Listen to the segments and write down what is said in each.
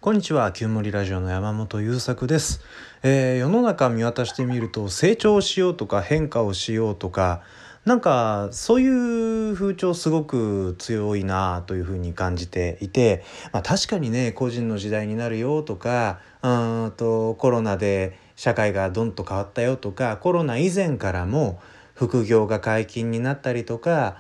こんにちは、旧森ラジオの山本優作です。世の中見渡してみると、成長しようとか変化をしようとか、なんかそういう風潮すごく強いなというふうに感じていて、確かにね、個人の時代になるよとか、コロナで社会がどんと変わったよとか、コロナ以前からも副業が解禁になったりとか、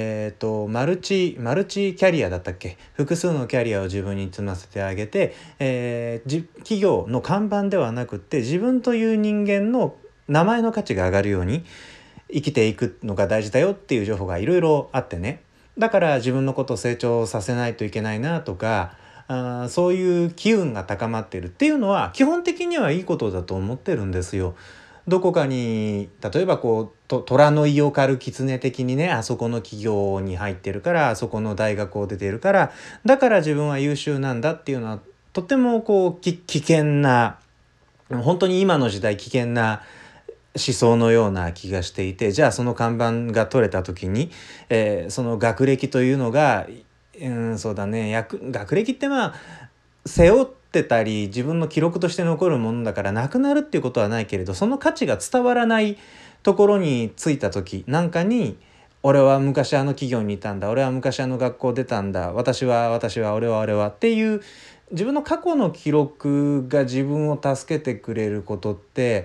マルチキャリアだったっけ、複数のキャリアを自分に積ませてあげて、企業の看板ではなくって自分という人間の名前の価値が上がるように生きていくのが大事だよっていう情報がいろいろあってね。だから自分のことを成長させないといけないなとか、そういう機運が高まっているっていうのは基本的にはいいことだと思ってるんですよ。どこかに例えば虎の胃を狩る狐的にね、あそこの企業に入ってるから、あそこの大学を出てるから、だから自分は優秀なんだっていうのはとても危険な、本当に今の時代危険な思想のような気がしていて、じゃあその看板が取れた時に、その学歴というのが、そうだね、学歴って背負ってたり自分の記録として残るものだからなくなるっていうことはないけれど、その価値が伝わらないところに着いた時なんかに、俺は昔あの企業にいたんだ、俺は昔あの学校出たんだ、私は俺はっていう自分の過去の記録が自分を助けてくれることって、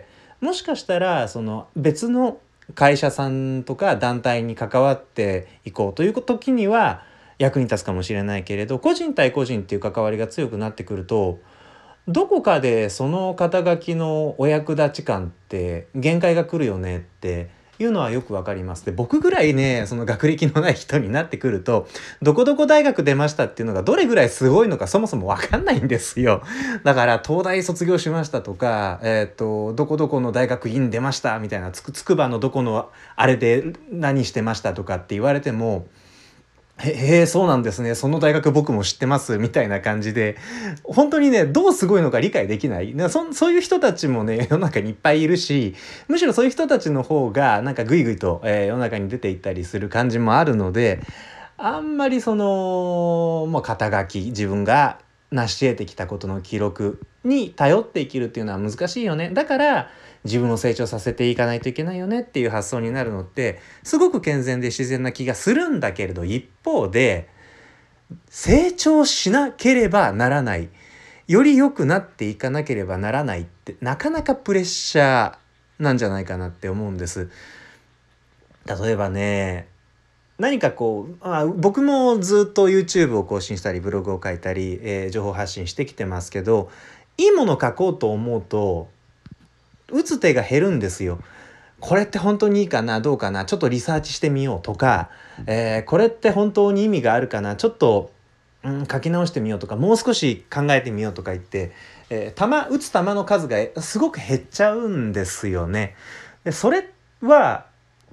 もしかしたらその別の会社さんとか団体に関わっていこうという時には役に立つかもしれないけれど、個人対個人っていう関わりが強くなってくると、どこかでその肩書きのお役立ち感って限界が来るよねっていうのはよくわかります。で、僕ぐらいね、その学歴のない人になってくると、どこどこ大学出ましたっていうのがどれぐらいすごいのかそもそもわかんないんですよ。だから東大卒業しましたとか、どこどこの大学院出ましたみたいな、筑波のどこのあれで何してましたとかって言われても、へえ、そうなんですね。その大学僕も知ってますみたいな感じで、本当にね、どうすごいのか理解できない。そういう人たちもね、世の中にいっぱいいるし、むしろそういう人たちの方がなんかぐいぐいと、世の中に出ていったりする感じもあるので、あんまり肩書き、自分が成し得てきたことの記録に頼って生きるっていうのは難しいよね。だから自分を成長させていかないといけないよねっていう発想になるのってすごく健全で自然な気がするんだけれど、一方で成長しなければならない、より良くなっていかなければならないってなかなかプレッシャーなんじゃないかなって思うんです。例えばね、何か僕もずっと YouTube を更新したりブログを書いたり、情報発信してきてますけど、いいもの書こうと思うと打つ手が減るんですよ。これって本当にいいかなどうかな、ちょっとリサーチしてみようとか、これって本当に意味があるかな、ちょっと、書き直してみようとか、もう少し考えてみようとか言って、打つ球の数がすごく減っちゃうんですよね。でそれは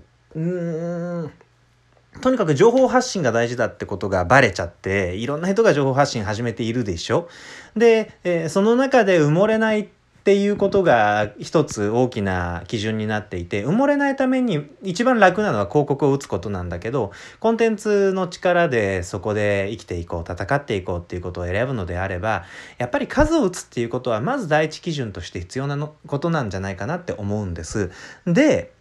とにかく情報発信が大事だってことがバレちゃって、いろんな人が情報発信始めているでしょ。で、その中で埋もれないっていうことが一つ大きな基準になっていて、埋もれないために一番楽なのは広告を打つことなんだけど、コンテンツの力でそこで生きていこう、戦っていこうっていうことを選ぶのであれば、やっぱり数を打つっていうことはまず第一基準として必要なことなんじゃないかなって思うんです。で、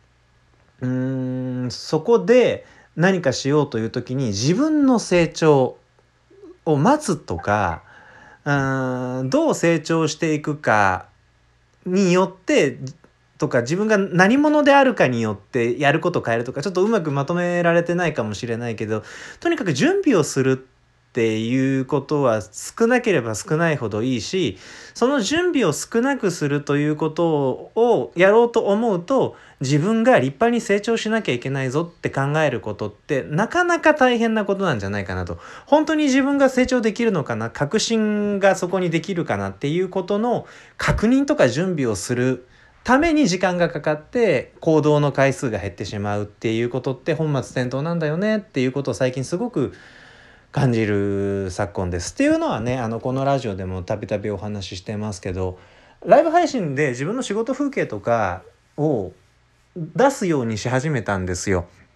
そこで何かしようという時に自分の成長を待つとか、どう成長していくかによってとか、自分が何者であるかによってやることを変えるとか、ちょっとうまくまとめられてないかもしれないけど、とにかく準備をするっていうことは少なければ少ないほどいいし、その準備を少なくするということをやろうと思うと、自分が立派に成長しなきゃいけないぞって考えることってなかなか大変なことなんじゃないかなと。本当に自分が成長できるのかな、確信がそこにできるかなっていうことの確認とか準備をするために時間がかかって行動の回数が減ってしまうっていうことって本末転倒なんだよねっていうことを最近すごく感じる昨今です。っていうのはね、このラジオでもたびたびお話ししてますけど、ライブ配信で自分の仕事風景とかを出すようにし始めたんですよ。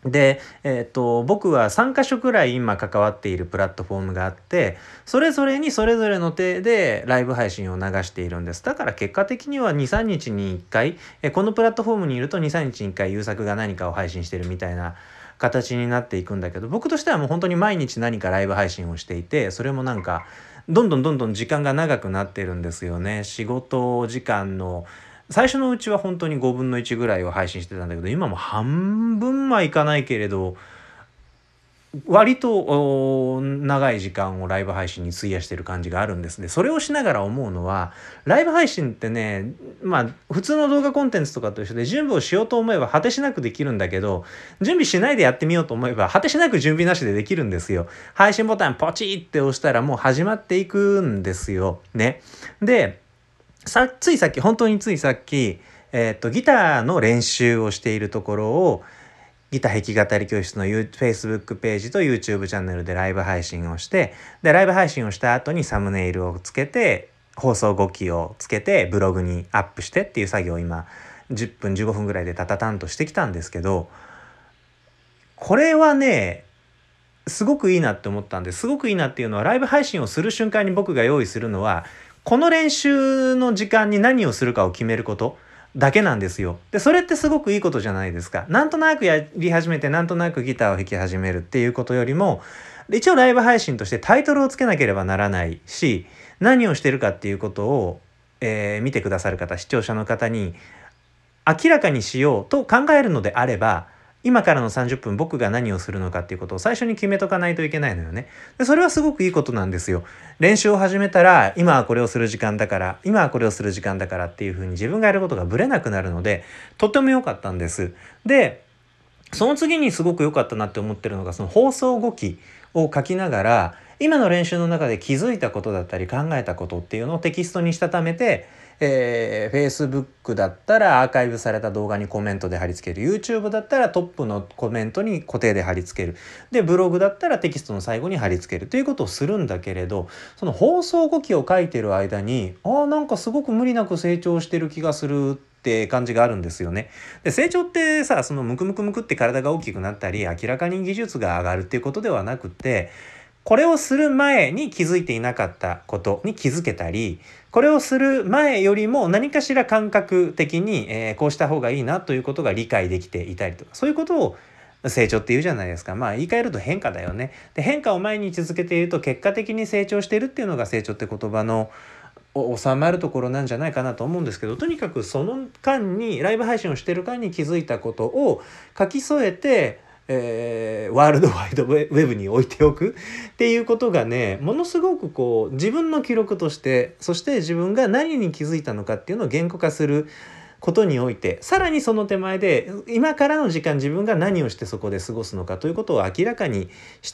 で、僕は3カ所くらい今関わっているプラットフォームがあって、それぞれにそれぞれの手でライブ配信を流しているんです。だから結果的には2、3日に1回、このプラットフォームにいると2、3日に1回優作が何かを配信してるみたいな形になっていくんだけど、僕としてはもう本当に毎日何かライブ配信をしていて、それもなんかどんどん時間が長くなってるんですよね。仕事時間の最初のうちは本当に5分の1ぐらいを配信してたんだけど、今も半分はいかないけれど割と長い時間をライブ配信に費やしてる感じがあるんですね。それをしながら思うのは、ライブ配信ってね、普通の動画コンテンツとかと一緒で、準備をしようと思えば果てしなくできるんだけど、準備しないでやってみようと思えば果てしなく準備なしでできるんですよ。配信ボタンポチって押したらもう始まっていくんですよね。で、ついさっき本当についさっきギターの練習をしているところを、ギター弾き語り教室のFacebook ページと YouTube チャンネルでライブ配信をして、でライブ配信をした後にサムネイルをつけて、放送後期をつけてブログにアップしてっていう作業を今10分15分ぐらいでタタタンとしてきたんですけど、これはねすごくいいなって思ったんです。すごくいいなっていうのは、ライブ配信をする瞬間に僕が用意するのは、この練習の時間に何をするかを決めることだけなんですよ。で、それってすごくいいことじゃないですか。なんとなくやり始めて、なんとなくギターを弾き始めるっていうことよりも、一応ライブ配信としてタイトルをつけなければならないし、何をしてるかっていうことを、見てくださる方、視聴者の方に明らかにしようと考えるのであれば、今からの30分僕が何をするのかっていうことを最初に決めとかないといけないのよね。で、それはすごくいいことなんですよ。練習を始めたら、今はこれをする時間だから、今はこれをする時間だからっていうふうに自分がやることがぶれなくなるので、とっても良かったんです。で、その次にすごく良かったなって思ってるのが、その放送後期を書きながら、今の練習の中で気づいたことだったり考えたことっていうのをテキストにしたためて、Facebook だったらアーカイブされた動画にコメントで貼り付ける。YouTube だったらトップのコメントに固定で貼り付ける。で、ブログだったらテキストの最後に貼り付けるということをするんだけれど、その放送後期を書いてる間に、なんかすごく無理なく成長してる気がするって感じがあるんですよね。で、成長ってさ、そのムクムクムクって体が大きくなったり、明らかに技術が上がるっていうことではなくて、これをする前に気づいていなかったことに気づけたり、これをする前よりも何かしら感覚的に、こうした方がいいなということが理解できていたりとか、そういうことを成長って言うじゃないですか。言い換えると変化だよね。で、変化を毎日続けていると結果的に成長しているっていうのが成長って言葉の収まるところなんじゃないかなと思うんですけど、とにかくその間にライブ配信をしている間に気づいたことを書き添えて、ワールドワイドウェブに置いておくっていうことがね、ものすごくこう自分の記録として、そして自分が何に気づいたのかっていうのを言語化することにおいて、さらにその手前で今からの時間自分が何をしてそこで過ごすのかということを明らかにして、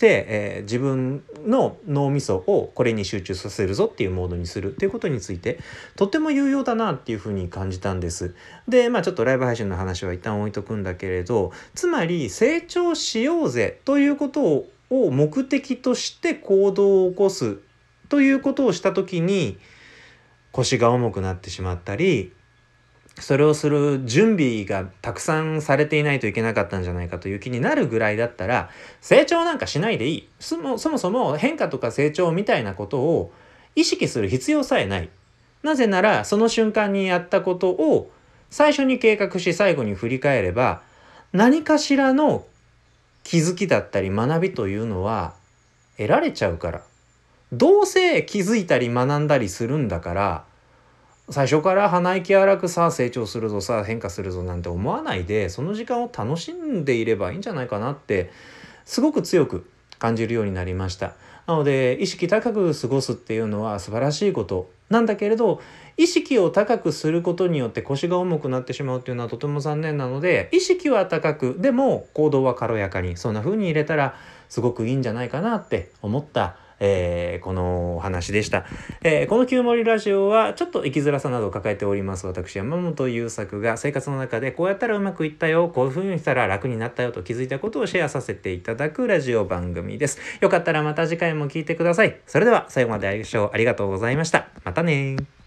自分の脳みそをこれに集中させるぞっていうモードにするっていうことについてとても有用だなっていうふうに感じたんです。で、ちょっとライブ配信の話は一旦置いとくんだけれど、つまり成長しようぜということを目的として行動を起こすということをした時に腰が重くなってしまったり、それをする準備がたくさんされていないといけなかったんじゃないかという気になるぐらいだったら、成長なんかしないでいい。そもそも変化とか成長みたいなことを意識する必要さえない。なぜならその瞬間にやったことを最初に計画し最後に振り返れば、何かしらの気づきだったり学びというのは得られちゃうから。どうせ気づいたり学んだりするんだから、最初から鼻息荒くさあ成長するぞ、さあ変化するぞなんて思わないで、その時間を楽しんでいればいいんじゃないかなってすごく強く感じるようになりました。なので意識高く過ごすっていうのは素晴らしいことなんだけれど、意識を高くすることによって腰が重くなってしまうっていうのはとても残念なので、意識は高くでも行動は軽やかに、そんな風に入れたらすごくいいんじゃないかなって思ったこのお話でした。この旧森ラジオはちょっと生きづらさなどを抱えております私山本優作が生活の中でこうやったらうまくいったよ、こういう風にしたら楽になったよと気づいたことをシェアさせていただくラジオ番組です。よかったらまた次回も聞いてください。それでは最後までご視聴ありがとうございました。またね。